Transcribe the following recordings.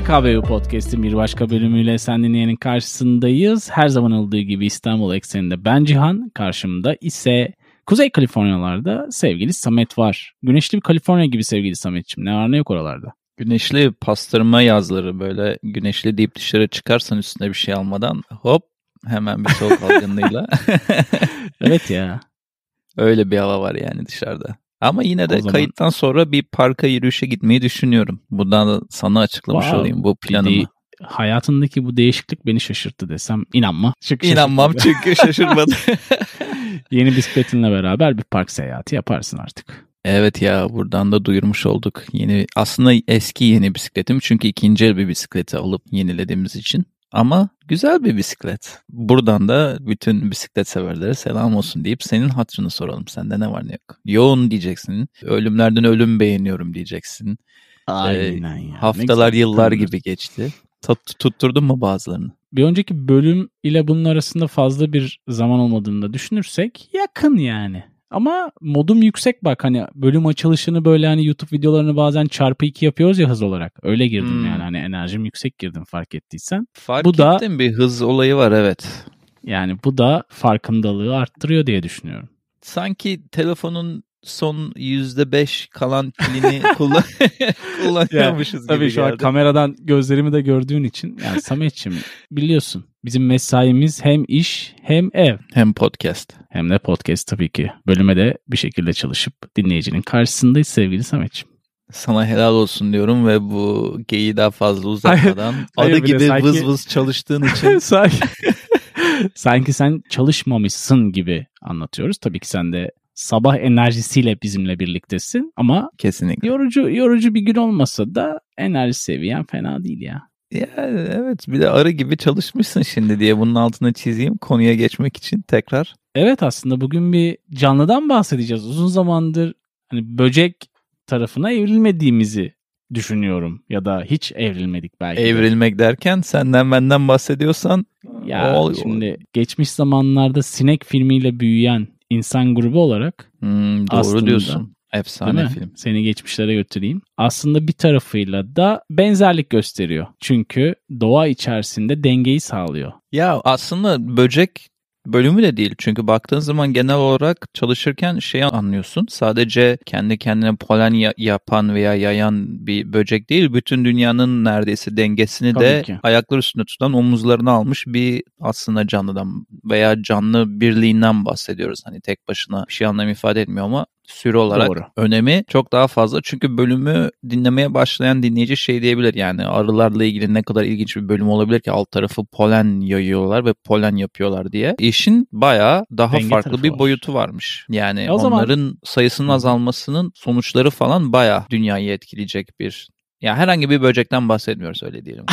TKBU Podcast'in bir başka bölümüyle sen dinleyenin karşısındayız. Her zaman olduğu gibi İstanbul ekseninde ben Cihan, karşımda ise Kuzey Kaliforniyalarda sevgili Samet var. Güneşli bir Kaliforniya gibi sevgili Samet'ciğim. Ne var ne yok oralarda? Güneşli pastırma yazları, böyle güneşli deyip dışarı çıkarsan üstüne bir şey almadan hop hemen bir soğuk algınlığıyla. Evet ya. Öyle bir hava var yani dışarıda. Ama yine de zaman... kayıttan sonra bir parka yürüyüşe gitmeyi düşünüyorum. Buradan da sana açıklamış olayım bu planımı. Hayatındaki bu değişiklik beni şaşırttı desem inanma. İnanmam çünkü şaşırmadım. Yeni bisikletinle beraber bir park seyahati yaparsın artık. Evet ya, buradan da duyurmuş olduk. Aslında eski yeni bisikletim, çünkü ikinci el bir bisikleti alıp yenilediğimiz için. Ama güzel bir bisiklet. Buradan da bütün bisiklet severlere selam olsun deyip senin hatırını soralım. Sende ne var ne yok? Yoğun diyeceksin. Ölümlerden ölüm beğeniyorum diyeceksin. Aynen ya. Haftalar yıllar gibi geçti. Tutturdun mu bazılarını? Bir önceki bölüm ile bunun arasında fazla bir zaman olmadığını da düşünürsek yakın yani. Ama modum yüksek bak, hani bölüm açılışını böyle hani YouTube videolarını bazen çarpı 2 yapıyoruz ya hız olarak. Öyle girdim yani, hani enerjim yüksek girdim fark ettiysen. Fark ettim, bir hız olayı var evet. Yani bu da farkındalığı arttırıyor diye düşünüyorum. Sanki telefonun son %5 kalan pilini kullanıyormuşuz gibi tabii şu an kameradan gözlerimi de gördüğün için. Yani Samet'ciğim biliyorsun bizim mesaimiz hem iş hem ev. Hem podcast. Hem de podcast tabii ki. Bölüme de bir şekilde çalışıp dinleyicinin karşısındayız sevgili Samet'ciğim. Sana helal olsun diyorum ve bu geyiği daha fazla uzatmadan adı gibi vız vız çalıştığın için. Sanki sen çalışmamışsın gibi anlatıyoruz. Tabii ki sen de sabah enerjisiyle bizimle birliktesin ama kesinlikle yorucu bir gün olmasa da enerji seviyen fena değil ya. Ya evet, bir de arı gibi çalışmışsın şimdi diye bunun altına çizeyim konuya geçmek için tekrar. Evet, aslında bugün bir canlıdan bahsedeceğiz. Uzun zamandır hani böcek tarafına evrilmediğimizi düşünüyorum ya da hiç evrilmedik belki. Evrilmek derken senden benden bahsediyorsan. Ya şimdi geçmiş zamanlarda Sinek filmiyle büyüyen insan grubu olarak doğru aslında, diyorsun. Efsane film. Seni geçmişlere götüreyim. Aslında bir tarafıyla da benzerlik gösteriyor. Çünkü doğa içerisinde dengeyi sağlıyor. Ya aslında böcek bölümü de değil. Çünkü baktığın zaman genel olarak çalışırken şeyi anlıyorsun. Sadece kendi kendine polen yapan veya yayan bir böcek değil. Bütün dünyanın neredeyse dengesini tabii de ki ayakları üstünde tutan, omuzlarına almış bir aslında canlıdan veya canlı birliğinden bahsediyoruz. Hani tek başına bir şey anlam ifade etmiyor ama sürü olarak doğru. Önemi çok daha fazla. Çünkü bölümü dinlemeye başlayan dinleyici şey diyebilir, yani arılarla ilgili ne kadar ilginç bir bölüm olabilir ki, alt tarafı polen yayıyorlar ve polen yapıyorlar diye. İşin bayağı daha denge farklı bir var. boyutu varmış. Yani onların zaman sayısının azalmasının sonuçları falan bayağı dünyayı etkileyecek bir... Ya herhangi bir böcekten bahsetmiyoruz, öyle diyelim.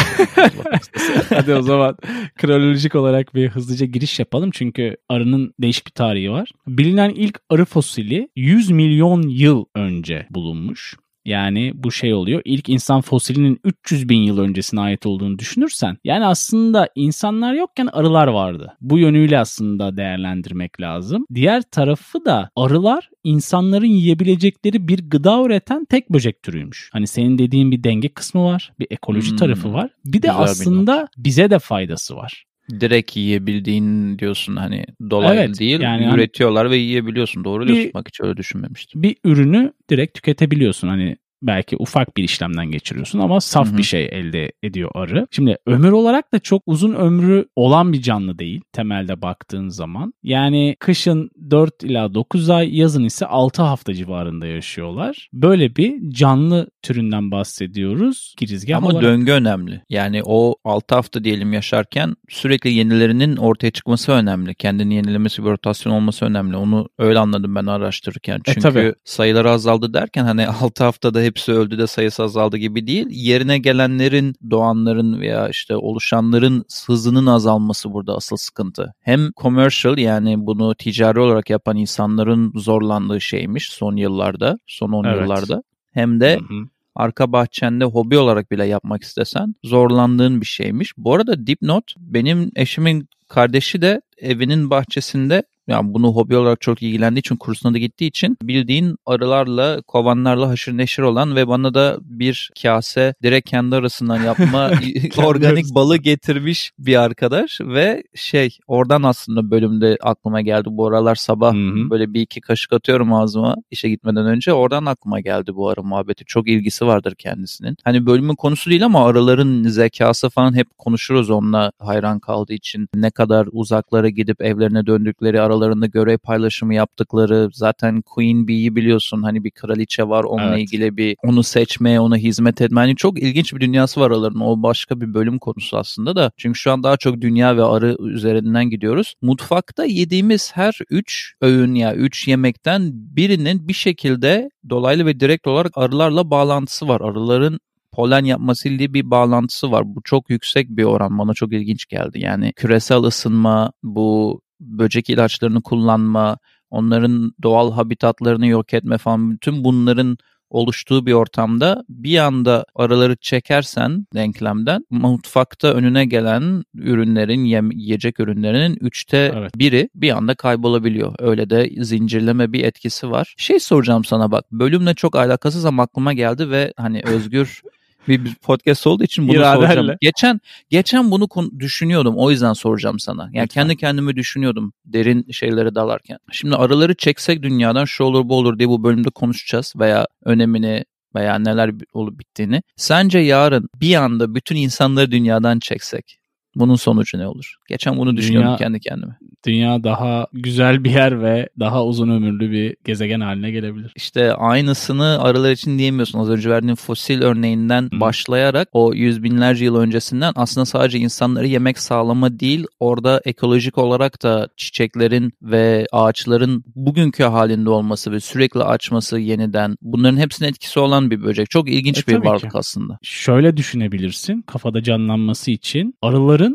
Hadi o zaman kronolojik olarak bir hızlıca giriş yapalım. Çünkü arının değişik bir tarihi var. Bilinen ilk arı fosili 100 milyon yıl önce bulunmuş. Yani bu şey oluyor. İlk insan fosilinin 300 bin yıl öncesine ait olduğunu düşünürsen, yani aslında insanlar yokken arılar vardı. Bu yönüyle aslında değerlendirmek lazım. Diğer tarafı da arılar insanların yiyebilecekleri bir gıda üreten tek böcek türüymüş. Hani senin dediğin bir denge kısmı var, bir ekoloji tarafı var. Bir de aslında bize de faydası var. Direkt yiyebildiğin diyorsun, hani dolaylı değil, yani üretiyorlar ve yiyebiliyorsun. Doğru diyorsun, bak hiç öyle düşünmemiştim. Bir ürünü direkt tüketebiliyorsun, hani belki ufak bir işlemden geçiriyorsun ama saf bir şey elde ediyor arı. Şimdi ömür olarak da çok uzun ömrü olan bir canlı değil temelde baktığın zaman. Yani kışın 4 ila 9 ay, yazın ise 6 hafta civarında yaşıyorlar. Böyle bir canlı türünden bahsediyoruz girizgah ama olarak. Döngü önemli. Yani o 6 hafta diyelim yaşarken sürekli yenilerinin ortaya çıkması önemli. Kendini yenilemesi, bir rotasyon olması önemli. Onu öyle anladım ben araştırırken. Çünkü sayıları azaldı derken hani 6 haftada hepsi öldü de sayısı azaldı gibi değil. Yerine gelenlerin, doğanların veya işte oluşanların hızının azalması burada asıl sıkıntı. Hem commercial, yani bunu ticari olarak yapan insanların zorlandığı şeymiş son yıllarda, son 10 yıllarda. Hem de arka bahçende hobi olarak bile yapmak istesen zorlandığın bir şeymiş. Bu arada dipnot, benim eşimin kardeşi de evinin bahçesinde, yani bunu hobi olarak çok ilgilendiği için, kursuna da gittiği için bildiğin arılarla, kovanlarla haşır neşir olan ve bana da bir kase direkt kendi arasından yapma organik balı getirmiş bir arkadaş ve oradan aslında bölümde aklıma geldi. Bu aralar sabah böyle bir iki kaşık atıyorum ağzıma işe gitmeden önce, oradan aklıma geldi bu arı muhabbeti. Çok ilgisi vardır kendisinin. Hani bölümün konusu değil ama arıların zekası falan hep konuşuruz onunla hayran kaldığı için. Ne kadar uzaklara gidip evlerine döndükleri, aralarında görev paylaşımı yaptıkları, zaten Queen Bee'yi biliyorsun, hani bir kraliçe var, onunla ilgili bir onu seçmeye, ona hizmet etme. Hani çok ilginç bir dünyası var arıların. O başka bir bölüm konusu aslında da. Çünkü şu an daha çok dünya ve arı üzerinden gidiyoruz. Mutfakta yediğimiz her 3 öğün ya 3 yemekten birinin bir şekilde dolaylı ve direkt olarak arılarla bağlantısı var. Arıların polen yapmasıyla bir bağlantısı var. Bu çok yüksek bir oran. Bana çok ilginç geldi. Yani küresel ısınma, bu böcek ilaçlarını kullanma, onların doğal habitatlarını yok etme falan, bütün bunların oluştuğu bir ortamda bir anda arıları çekersen denklemden, mutfakta önüne gelen ürünlerin, yiyecek ürünlerinin 3'te 1'i bir anda kaybolabiliyor. Öyle de zincirleme bir etkisi var. Soracağım sana, bak bölümle çok alakasız ama aklıma geldi ve hani Özgür bir podcast olduğu için bunu soracağım. Geçen bunu düşünüyordum, o yüzden soracağım sana. Yani kendi kendime düşünüyordum derin şeylere dalarken. Şimdi arıları çeksek dünyadan, şu olur bu olur diye bu bölümde konuşacağız veya önemini veya neler olup bittiğini. Sence yarın bir anda bütün insanları dünyadan çeksek bunun sonucu ne olur? Geçen bunu düşünüyordum kendi kendime. Dünya daha güzel bir yer ve daha uzun ömürlü bir gezegen haline gelebilir. İşte aynısını arılar için diyemiyorsun. Az önce verdiğim fosil örneğinden başlayarak o yüz binlerce yıl öncesinden aslında sadece insanları yemek sağlama değil, orada ekolojik olarak da çiçeklerin ve ağaçların bugünkü halinde olması ve sürekli açması yeniden, bunların hepsinin etkisi olan bir böcek. Çok ilginç bir varlık aslında. Şöyle düşünebilirsin kafada canlanması için. Arıların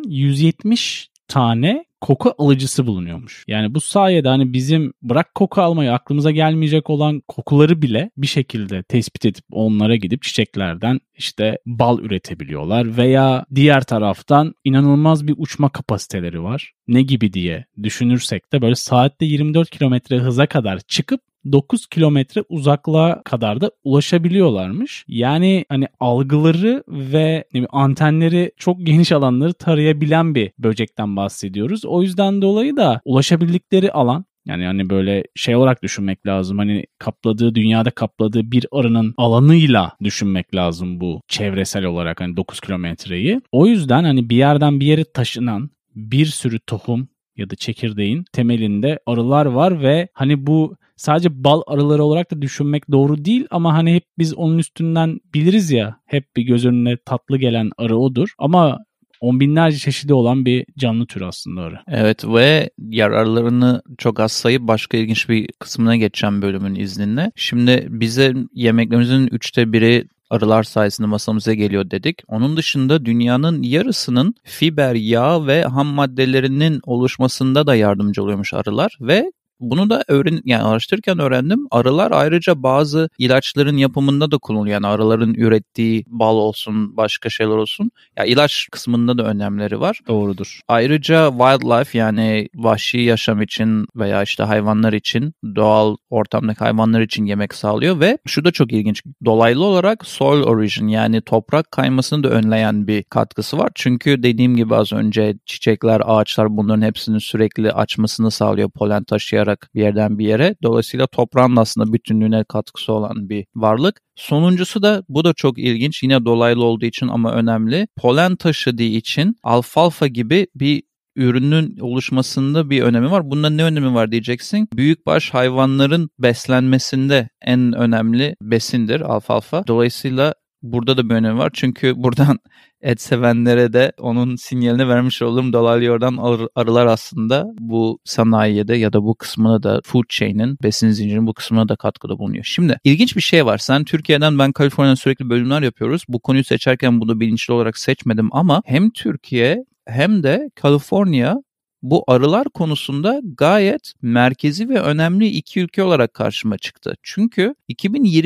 170 tane koku alıcısı bulunuyormuş. Yani bu sayede hani bizim bırak koku almayı, aklımıza gelmeyecek olan kokuları bile bir şekilde tespit edip onlara gidip çiçeklerden işte bal üretebiliyorlar veya diğer taraftan inanılmaz bir uçma kapasiteleri var. Ne gibi diye düşünürsek de böyle saatte 24 kilometre hıza kadar çıkıp 9 kilometre uzaklığa kadar da ulaşabiliyorlarmış. Yani hani algıları ve antenleri çok geniş alanları tarayabilen bir böcekten bahsediyoruz. O yüzden dolayı da ulaşabildikleri alan, yani hani böyle olarak düşünmek lazım. Hani dünyada kapladığı bir arının alanıyla düşünmek lazım bu çevresel olarak, hani 9 kilometreyi. O yüzden hani bir yerden bir yere taşınan bir sürü tohum ya da çekirdeğin temelinde arılar var ve hani bu sadece bal arıları olarak da düşünmek doğru değil ama hani hep biz onun üstünden biliriz ya, hep bir göz önüne tatlı gelen arı odur ama on binlerce çeşidi olan bir canlı tür aslında arı. Evet ve yararlarını çok az sayıp başka ilginç bir kısmına geçeceğim bölümün izninle. Şimdi bize yemeklerimizin 3'te 1'i arılar sayesinde masamıza geliyor dedik. Onun dışında dünyanın yarısının fiber, yağ ve ham maddelerinin oluşmasında da yardımcı oluyormuş arılar ve bunu da araştırırken öğrendim. Arılar ayrıca bazı ilaçların yapımında da kullanılıyor. Yani arıların ürettiği bal olsun, başka şeyler olsun. Ya ilaç kısmında da önemleri var. Doğrudur. Ayrıca wildlife, yani vahşi yaşam için veya işte hayvanlar için, doğal ortamdaki hayvanlar için yemek sağlıyor ve şu da çok ilginç. Dolaylı olarak soil erosion, yani toprak kaymasını da önleyen bir katkısı var. Çünkü dediğim gibi az önce çiçekler, ağaçlar bunların hepsinin sürekli açmasını sağlıyor polen taşıyarak bir yerden bir yere. Dolayısıyla toprağın aslında bütünlüğüne katkısı olan bir varlık. Sonuncusu da, bu da çok ilginç, yine dolaylı olduğu için ama önemli. Polen taşıdığı için alfalfa gibi bir ürünün oluşmasında bir önemi var. Bunda ne önemi var diyeceksin. Büyükbaş hayvanların beslenmesinde en önemli besindir alfalfa. Dolayısıyla burada da bir önemi var. Çünkü buradan et sevenlere de onun sinyalini vermiş oldum. Dolaylı yoldan arılar aslında bu sanayiye de ya da bu kısmına da, food chain'in, besin zincirinin bu kısmına da katkıda bulunuyor. Şimdi ilginç bir şey var. Sen Türkiye'den, ben Kaliforniya'dan sürekli bölümler yapıyoruz. Bu konuyu seçerken bunu bilinçli olarak seçmedim ama hem Türkiye hem de Kaliforniya bu arılar konusunda gayet merkezi ve önemli iki ülke olarak karşıma çıktı. Çünkü 2020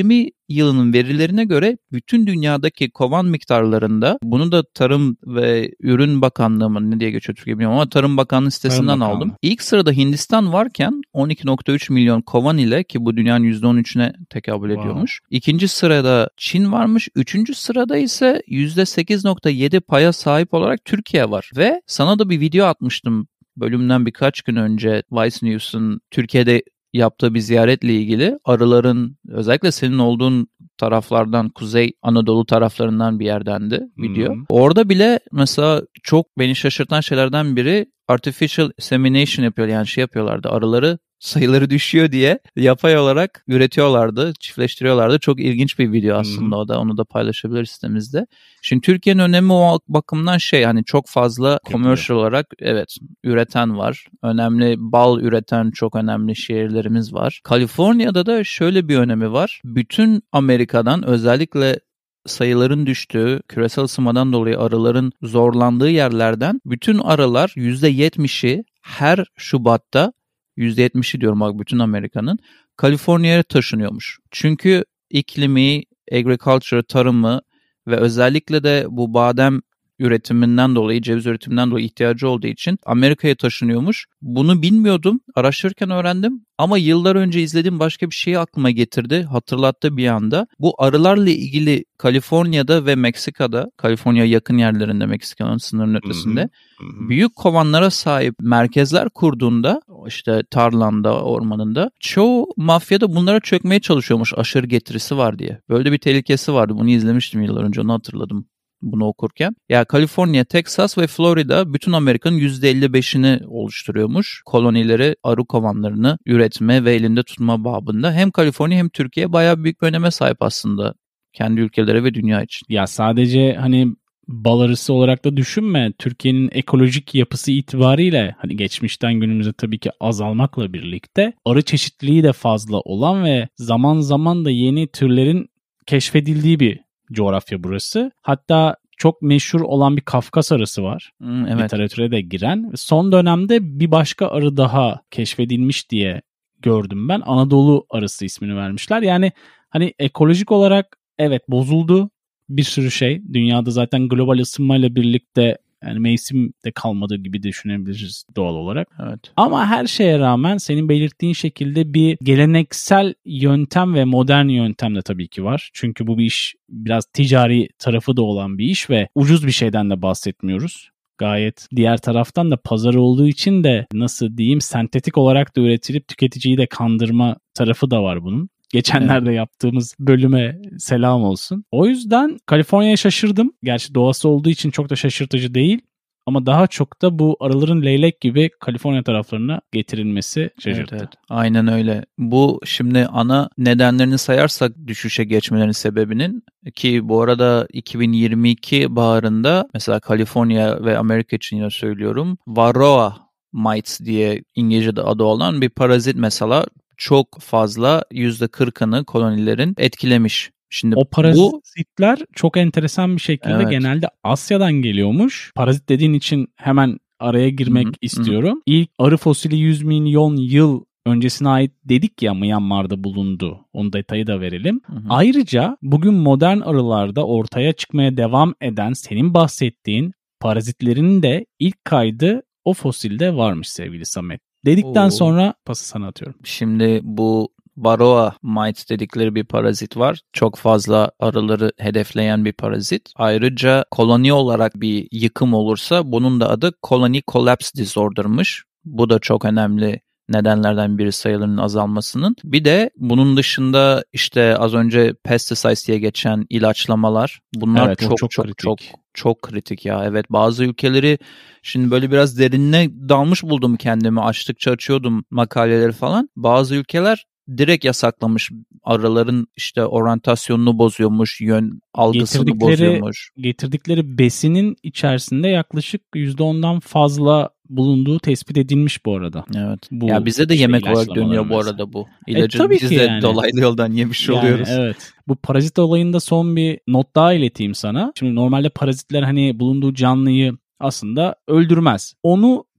yılının verilerine göre bütün dünyadaki kovan miktarlarında, bunu da Tarım ve Ürün Bakanlığı mı ne diye geçiyor Türkiye bilmiyorum ama Tarım Bakanlığı sitesinden aldım. İlk sırada Hindistan varken 12.3 milyon kovan ile, ki bu dünyanın %13'üne tekabül ediyormuş. İkinci sırada Çin varmış. Üçüncü sırada ise %8.7 paya sahip olarak Türkiye var. Ve sana da bir video atmıştım bölümden birkaç gün önce, Vice News'un Türkiye'de yaptığı bir ziyaretle ilgili. Arıların, özellikle senin olduğun taraflardan, Kuzey Anadolu taraflarından bir yerdendi video. Orada bile mesela çok beni şaşırtan şeylerden biri, artificial insemination yapıyor, yani şey yapıyorlardı, arıları sayıları düşüyor diye yapay olarak üretiyorlardı, çiftleştiriyorlardı. Çok ilginç bir video aslında o da. Onu da paylaşabiliriz sitemizde. Şimdi Türkiye'nin önemi o bakımdan hani çok fazla commercial olarak üreten var. Önemli bal üreten çok önemli şehirlerimiz var. Kaliforniya'da da şöyle bir önemi var. Bütün Amerika'dan, özellikle sayıların düştüğü, küresel ısınmadan dolayı arıların zorlandığı yerlerden bütün arılar %70'i her Şubat'ta, %70'i diyorum bak, bütün Amerika'nın Kaliforniya'ya taşınıyormuş. Çünkü iklimi, agriculture, tarımı ve özellikle de bu badem üretiminden dolayı, ceviz üretiminden dolayı ihtiyacı olduğu için Amerika'ya taşınıyormuş. Bunu bilmiyordum. Araştırırken öğrendim. Ama yıllar önce izlediğim başka bir şeyi aklıma getirdi. Hatırlattı bir anda. Bu arılarla ilgili Kaliforniya'da ve Meksika'da, Kaliforniya yakın yerlerinde, Meksika'nın sınırının ötesinde büyük kovanlara sahip merkezler kurduğunda, işte tarlanda, ormanında, çoğu mafya da bunlara çökmeye çalışıyormuş, aşırı getirisi var diye. Böyle bir tehlikesi vardı. Bunu izlemiştim yıllar önce, onu hatırladım bunu okurken. Ya Kaliforniya, Texas ve Florida bütün Amerika'nın %55'ini oluşturuyormuş. Kolonileri, arı kovanlarını üretme ve elinde tutma babında. Hem Kaliforniya hem Türkiye bayağı büyük bir öneme sahip aslında kendi ülkeleri ve dünya için. Ya sadece hani bal arısı olarak da düşünme. Türkiye'nin ekolojik yapısı itibariyle hani geçmişten günümüze tabii ki azalmakla birlikte arı çeşitliliği de fazla olan ve zaman zaman da yeni türlerin keşfedildiği bir coğrafya burası. Hatta çok meşhur olan bir Kafkas arısı var. Evet. Literatüre de giren. Son dönemde bir başka arı daha keşfedilmiş diye gördüm ben. Anadolu arısı ismini vermişler. Yani hani ekolojik olarak evet bozuldu bir sürü şey. Dünyada zaten global ısınmayla birlikte yani mevsim de kalmadığı gibi düşünebiliriz doğal olarak. Evet. Ama her şeye rağmen senin belirttiğin şekilde bir geleneksel yöntem ve modern yöntem de tabii ki var. Çünkü bu bir iş biraz ticari tarafı da olan bir iş ve ucuz bir şeyden de bahsetmiyoruz. Gayet diğer taraftan da pazarı olduğu için de nasıl diyeyim sentetik olarak da üretilip tüketiciyi de kandırma tarafı da var bunun. Geçenlerde yaptığımız bölüme selam olsun. O yüzden Kaliforniya'ya şaşırdım. Gerçi doğası olduğu için çok da şaşırtıcı değil. Ama daha çok da bu arıların leylek gibi Kaliforniya taraflarına getirilmesi şaşırttı. Evet. Aynen öyle. Bu şimdi ana nedenlerini sayarsak düşüşe geçmelerinin sebebinin, ki bu arada 2022 baharında mesela Kaliforniya ve Amerika için yine söylüyorum, Varroa mites diye İngilizce'de adı olan bir parazit mesela çok fazla %40'ını kolonilerin etkilemiş. Şimdi o parazitler çok enteresan bir şekilde genelde Asya'dan geliyormuş. Parazit dediğin için hemen araya girmek istiyorum. İlk arı fosili 100 milyon yıl öncesine ait dedik ya, Myanmar'da bulundu. Onun detayı da verelim. Ayrıca bugün modern arılarda ortaya çıkmaya devam eden senin bahsettiğin parazitlerin de ilk kaydı o fosilde varmış sevgili Samet. Dedikten sonra pası sana atıyorum. Şimdi bu Varroa mites dedikleri bir parazit var. Çok fazla arıları hedefleyen bir parazit. Ayrıca koloni olarak bir yıkım olursa bunun da adı colony collapse disorder'mış. Bu da çok önemli nedenlerden biri sayılarının azalmasının. Bir de bunun dışında işte az önce pesticides diye geçen ilaçlamalar. Bunlar çok kritik ya. Evet, bazı ülkeleri şimdi böyle biraz derinine dalmış buldum kendimi. Açtıkça açıyordum makaleleri falan. Bazı ülkeler direkt yasaklamış, arıların işte oryantasyonunu bozuyormuş, yön algısını bozuyormuş. Getirdikleri besinin içerisinde yaklaşık %10'dan fazla bulunduğu tespit edilmiş bu arada. Evet. Ya bize de yemek olarak dönüyor bu arada bu. İlacı biz de yani dolaylı yoldan yemiş oluyoruz. Evet. Bu parazit olayında son bir not daha ileteyim sana. Şimdi normalde parazitler hani bulunduğu canlıyı aslında öldürmez. Onu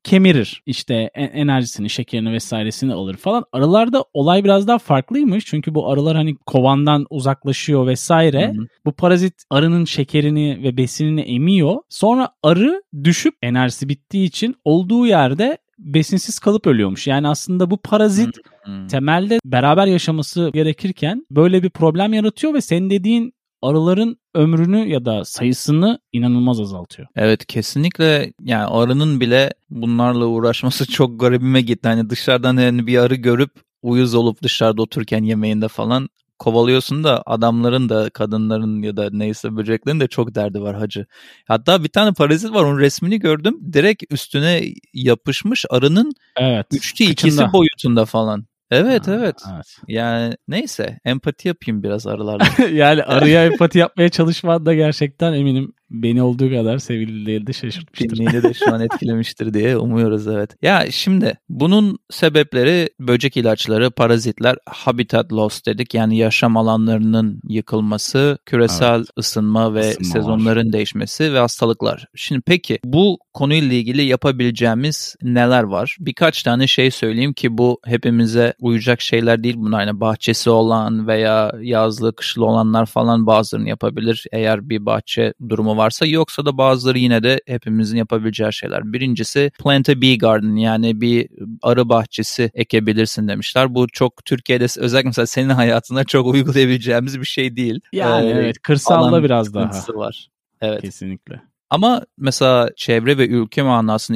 kemirir. İşte enerjisini, şekerini vesairesini alır falan. Arılarda olay biraz daha farklıymış. Çünkü bu arılar hani kovandan uzaklaşıyor vesaire. Hı-hı. Bu parazit arının şekerini ve besinini emiyor. Sonra arı düşüp enerjisi bittiği için olduğu yerde besinsiz kalıp ölüyormuş. Yani aslında bu parazit temelde beraber yaşaması gerekirken böyle bir problem yaratıyor ve senin dediğin arıların ömrünü ya da sayısını inanılmaz azaltıyor. Evet, kesinlikle. Yani arının bile bunlarla uğraşması çok garibime gitti. Hani dışarıdan yani bir arı görüp uyuz olup dışarıda otururken yemeğinde falan kovalıyorsun da adamların da kadınların ya da neyse böceklerin de çok derdi var hacı. Hatta bir tane parazit var, onun resmini gördüm. Direkt üstüne yapışmış arının 3'te 2'si boyutunda falan. Evet. Yani neyse, empati yapayım biraz arılarla. Yani arıya empati yapmaya çalışman da gerçekten eminim beni olduğu kadar sevgilileri de şaşırtmıştır. Dinleyeni de şu an etkilemiştir diye umuyoruz, evet. Ya şimdi bunun sebepleri böcek ilaçları, parazitler, habitat loss dedik. Yani yaşam alanlarının yıkılması, küresel ısınma ve sezonların değişmesi ve hastalıklar. Şimdi peki bu konuyla ilgili yapabileceğimiz neler var? Birkaç tane şey söyleyeyim ki bu hepimize uyacak şeyler değil bunlar. Yani bahçesi olan veya yazlı, kışlı olanlar falan bazılarını yapabilir. Eğer bir bahçe durumu varsa, yoksa da bazıları yine de hepimizin yapabileceği şeyler. Birincisi plant a bee garden, yani bir arı bahçesi ekebilirsin demişler. Bu çok Türkiye'de özellikle mesela senin hayatına çok uygulayabileceğimiz bir şey değil. Yani evet, kırsalda biraz daha var. Evet. Kesinlikle. Ama mesela çevre ve ülke manasında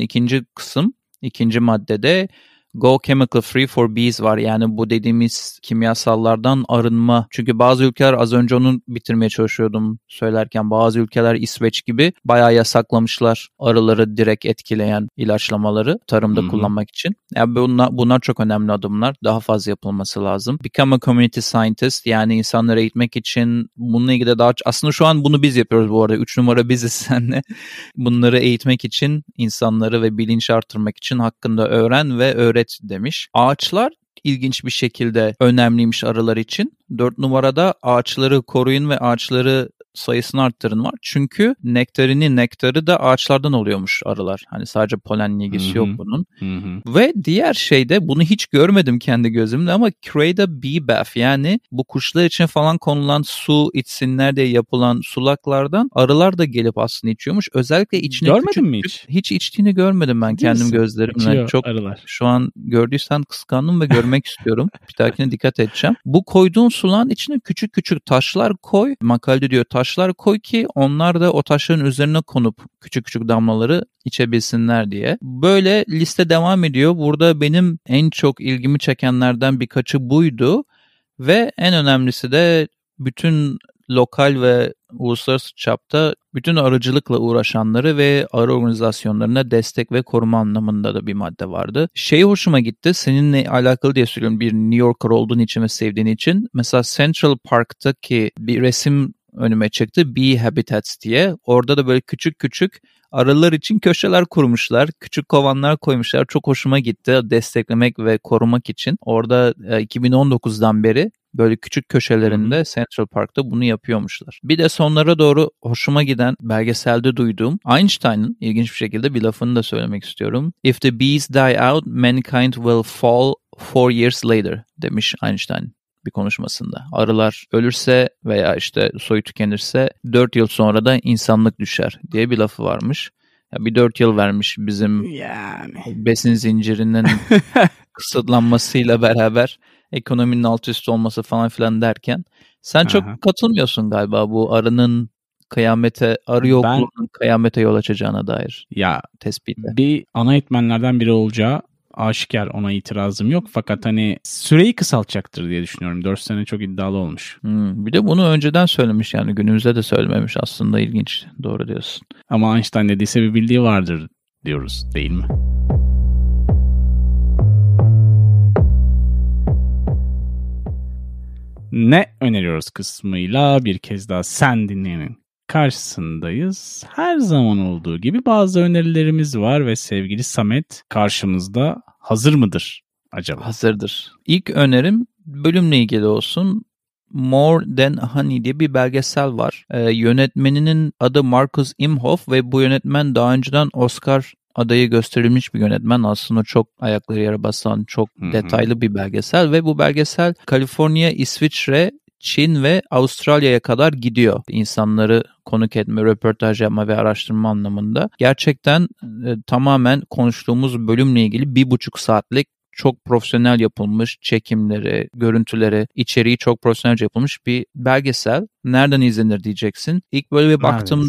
ikinci maddede Go chemical free for bees var. Yani bu dediğimiz kimyasallardan arınma. Çünkü bazı ülkeler, az önce onu bitirmeye çalışıyordum söylerken, bazı ülkeler İsveç gibi bayağı yasaklamışlar arıları direkt etkileyen ilaçlamaları tarımda kullanmak için. Yani bunlar çok önemli adımlar. Daha fazla yapılması lazım. Become a community scientist, yani insanları eğitmek için bununla ilgili daha aslında şu an bunu biz yapıyoruz bu arada. 3 numara biziz seninle. Bunları eğitmek için, insanları ve bilinç artırmak için hakkında öğren ve öğret demiş. Ağaçlar ilginç bir şekilde önemliymiş arılar için. 4 numarada ağaçları koruyun ve ağaçları sayısını arttırın var. Çünkü nektarı da ağaçlardan oluyormuş arılar. Hani sadece polenle ilgisi yok bunun. Ve diğer şey de, bunu hiç görmedim kendi gözümle ama create a bee bath, yani bu kuşlar için falan konulan su içsinler diye yapılan sulaklardan arılar da gelip aslında içiyormuş. Özellikle içine görmedin mi hiç içtiğini görmedim ben kendim gözlerimle. İçiyor çok arılar. Şu an gördüysen kıskandım ve görmek istiyorum. Bir dahakine dikkat edeceğim. Bu koyduğun suların içine küçük küçük taşlar koy. Makalede diyor taşlar koy ki onlar da o taşların üzerine konup küçük küçük damlaları içebilsinler diye. Böyle liste devam ediyor. Burada benim en çok ilgimi çekenlerden birkaçı buydu. Ve en önemlisi de bütün lokal ve uluslararası çapta bütün arıcılıkla uğraşanları ve arı organizasyonlarına destek ve koruma anlamında da bir madde vardı. Hoşuma gitti. Seninle alakalı diye söylüyorum, bir New Yorker olduğun için ve sevdiğin için. Mesela Central Park'taki bir resim önüme çıktı. Bee Habitats diye. Orada da böyle küçük küçük arılar için köşeler kurmuşlar. Küçük kovanlar koymuşlar. Çok hoşuma gitti. Desteklemek ve korumak için. Orada 2019'dan beri böyle küçük köşelerinde Central Park'ta bunu yapıyormuşlar. Bir de sonlara doğru hoşuma giden, belgeselde duyduğum Einstein'ın ilginç bir şekilde bir lafını da söylemek istiyorum. If the bees die out, mankind will fall 4 years later demiş Einstein bir konuşmasında. Arılar ölürse veya işte soyu tükenirse 4 yıl sonra da insanlık düşer diye bir lafı varmış. Ya bir 4 yıl vermiş bizim besin zincirinin kısıtlanmasıyla beraber ekonominin alt üst olması falan filan derken sen çok katılmıyorsun galiba bu arının arı yokluğunun kıyamete yol açacağına dair tespitte. Bir ana etmenlerden biri olacağı aşikar, ona itirazım yok. Fakat hani süreyi kısaltacaktır diye düşünüyorum. 4 sene çok iddialı olmuş. Bir de bunu önceden söylemiş, yani günümüzde de söylememiş, aslında ilginç. Doğru diyorsun. Ama Einstein dediyse bir bildiği vardır diyoruz, değil mi? Ne öneriyoruz kısmıyla bir kez daha sen dinleyenin karşısındayız. Her zaman olduğu gibi bazı önerilerimiz var ve sevgili Samet karşımızda. Hazır mıdır acaba? Hazırdır. İlk önerim bölümle ilgili olsun. More Than Honey diye bir belgesel var. Yönetmeninin adı Markus Imhoff ve bu yönetmen daha önceden Oscar adayı gösterilmiş bir yönetmen. Aslında çok ayakları yere basan, çok detaylı bir belgesel ve bu belgesel Kaliforniya, İsviçre, Çin ve Avustralya'ya kadar gidiyor. İnsanları konuk etme, röportaj yapma ve araştırma anlamında. Gerçekten tamamen konuştuğumuz bölümle ilgili 1,5 saatlik çok profesyonel yapılmış çekimleri, görüntüleri, içeriği çok profesyonelce yapılmış bir belgesel. Nereden izlenir diyeceksin. İlk böyle bir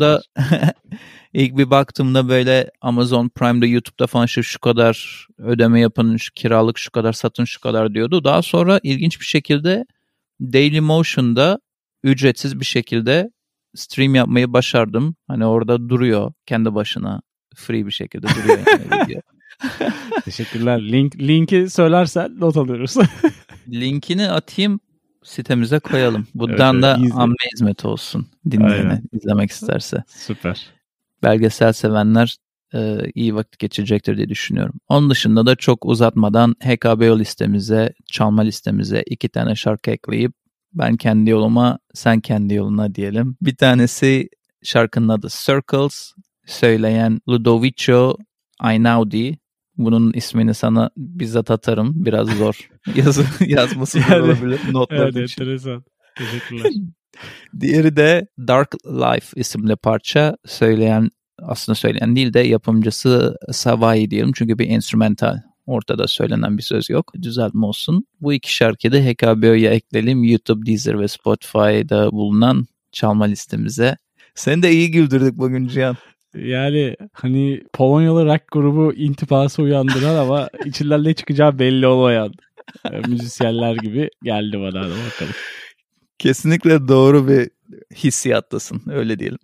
baktığımda böyle Amazon Prime'da, YouTube'da falan şu kadar ödeme yapın, şu kiralık şu kadar, satın şu kadar diyordu. Daha sonra ilginç bir şekilde Dailymotion'da ücretsiz bir şekilde stream yapmayı başardım. Hani orada duruyor kendi başına, free bir şekilde duruyor yani video. Teşekkürler. Linki söylersen not alıyoruz. Linkini atayım, sitemize koyalım. Buradan da amme hizmeti olsun dinleyene, izlemek isterse. Süper. Belgesel sevenler iyi vakit geçirecektir diye düşünüyorum. Onun dışında da çok uzatmadan HKBO listemize, çalma listemize 2 tane şarkı ekleyip ben kendi yoluma, sen kendi yoluna diyelim. Bir tanesi, şarkının adı Circles, söyleyen Ludovico Einaudi. Bunun ismini sana bizzat atarım. Biraz zor. Yazması zor olabilir. Notlar için. Enteresan. Teşekkürler. Diğeri de Dark Life isimli parça. Aslında söyleyen değil de yapımcısı Savai diyelim. Çünkü bir enstrümantal. Ortada söylenen bir söz yok. Düzeltme olsun. Bu 2 şarkıyı da HKBO'ya ekleyelim. YouTube, Deezer ve Spotify'da bulunan çalma listemize. Seni de iyi güldürdük bugün Cihan. Yani hani Polonyalı rock grubu intibası uyandıran ama içinden ne çıkacağı belli olmayan müzisyenler gibi geldi bana da bakalım. Kesinlikle doğru bir hissiyattasın, öyle diyelim.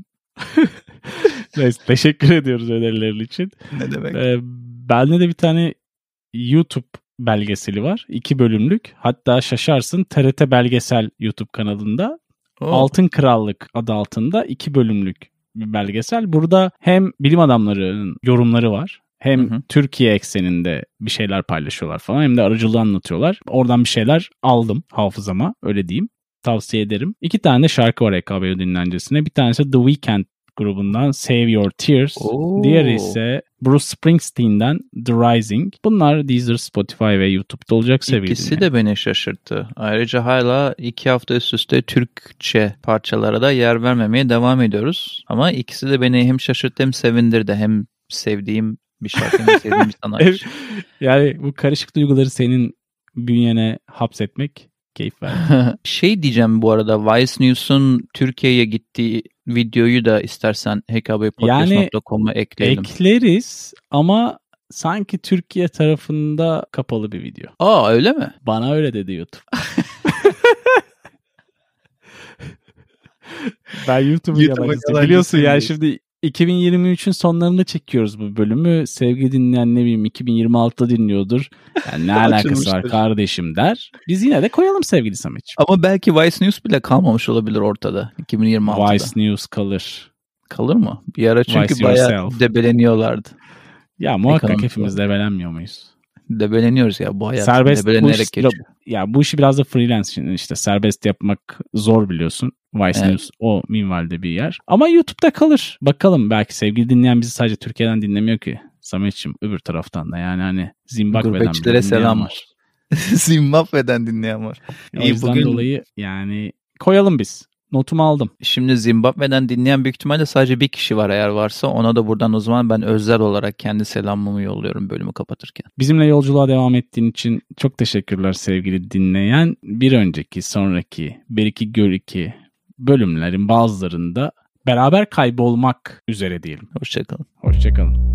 Neyse, teşekkür ediyoruz önerilerin için. Ne demek? Bende de bir tane YouTube belgeseli var. 2 bölümlük. Hatta şaşarsın, TRT Belgesel YouTube kanalında Altın Krallık adı altında 2 bölümlük bir belgesel. Burada hem bilim adamlarının yorumları var, hem Türkiye ekseninde bir şeyler paylaşıyorlar falan, hem de aracılığı anlatıyorlar. Oradan bir şeyler aldım hafızama, öyle diyeyim. Tavsiye ederim. 2 tane de şarkı var HKBO dinlencesine. Bir tanesi The Weeknd grubundan Save Your Tears. Diğeri ise Bruce Springsteen'den The Rising. Bunlar Deezer, Spotify ve YouTube'da olacak sevgili İkisi dinleyen. de beni şaşırttı. Ayrıca hala 2 hafta üst üste Türkçe parçalara da yer vermemeye devam ediyoruz. Ama ikisi de beni hem şaşırttı hem sevindirdi. Hem sevdiğim bir şarkı hem sevdiğim bir sanatçı. Yani bu karışık duyguları senin bünyene hapsetmek keyif verdi. Diyeceğim bu arada, Vice News'un Türkiye'ye gittiği videoyu da istersen hkbpodcast.com'a ekleyelim. Ekleriz ama sanki Türkiye tarafında kapalı bir video. Aa, öyle mi? Bana öyle dedi YouTube. Ben YouTube'un yabancısı. Biliyorsun yani şimdi 2023'ün sonlarında çekiyoruz bu bölümü. Sevgili dinleyen ne bileyim 2026'da dinliyordur. Yani ne alakası var kardeşim der. Biz yine de koyalım sevgili Samet'ciğim. Ama belki Vice News bile kalmamış olabilir ortada 2026'da. Vice News kalır. Kalır mı? Bir ara çünkü bayağı debeleniyorlardı. Ya muhakkak hepimiz debelenmiyor muyuz? Debeleniyoruz ya, bu hayat. Serbest bu işi biraz da freelance işte serbest yapmak zor biliyorsun. Vice News o minvalde bir yer. Ama YouTube'da kalır. Bakalım, belki sevgili dinleyen bizi sadece Türkiye'den dinlemiyor ki. Samet'ciğim öbür taraftan da yani hani Zimbabwe'den gurbetçilere selam var. Zimbabwe'den dinleyen var. O yüzden dolayı yani koyalım biz. Notumu aldım. Şimdi Zimbabwe'den dinleyen büyük ihtimalle sadece bir kişi var, eğer varsa ona da buradan o zaman ben özel olarak kendi selamımı yolluyorum bölümü kapatırken. Bizimle yolculuğa devam ettiğin için çok teşekkürler sevgili dinleyen. Bir önceki, sonraki, beriki göriki bölümlerin bazılarında beraber kaybolmak üzere diyelim. Hoşçakalın. Hoşçakalın.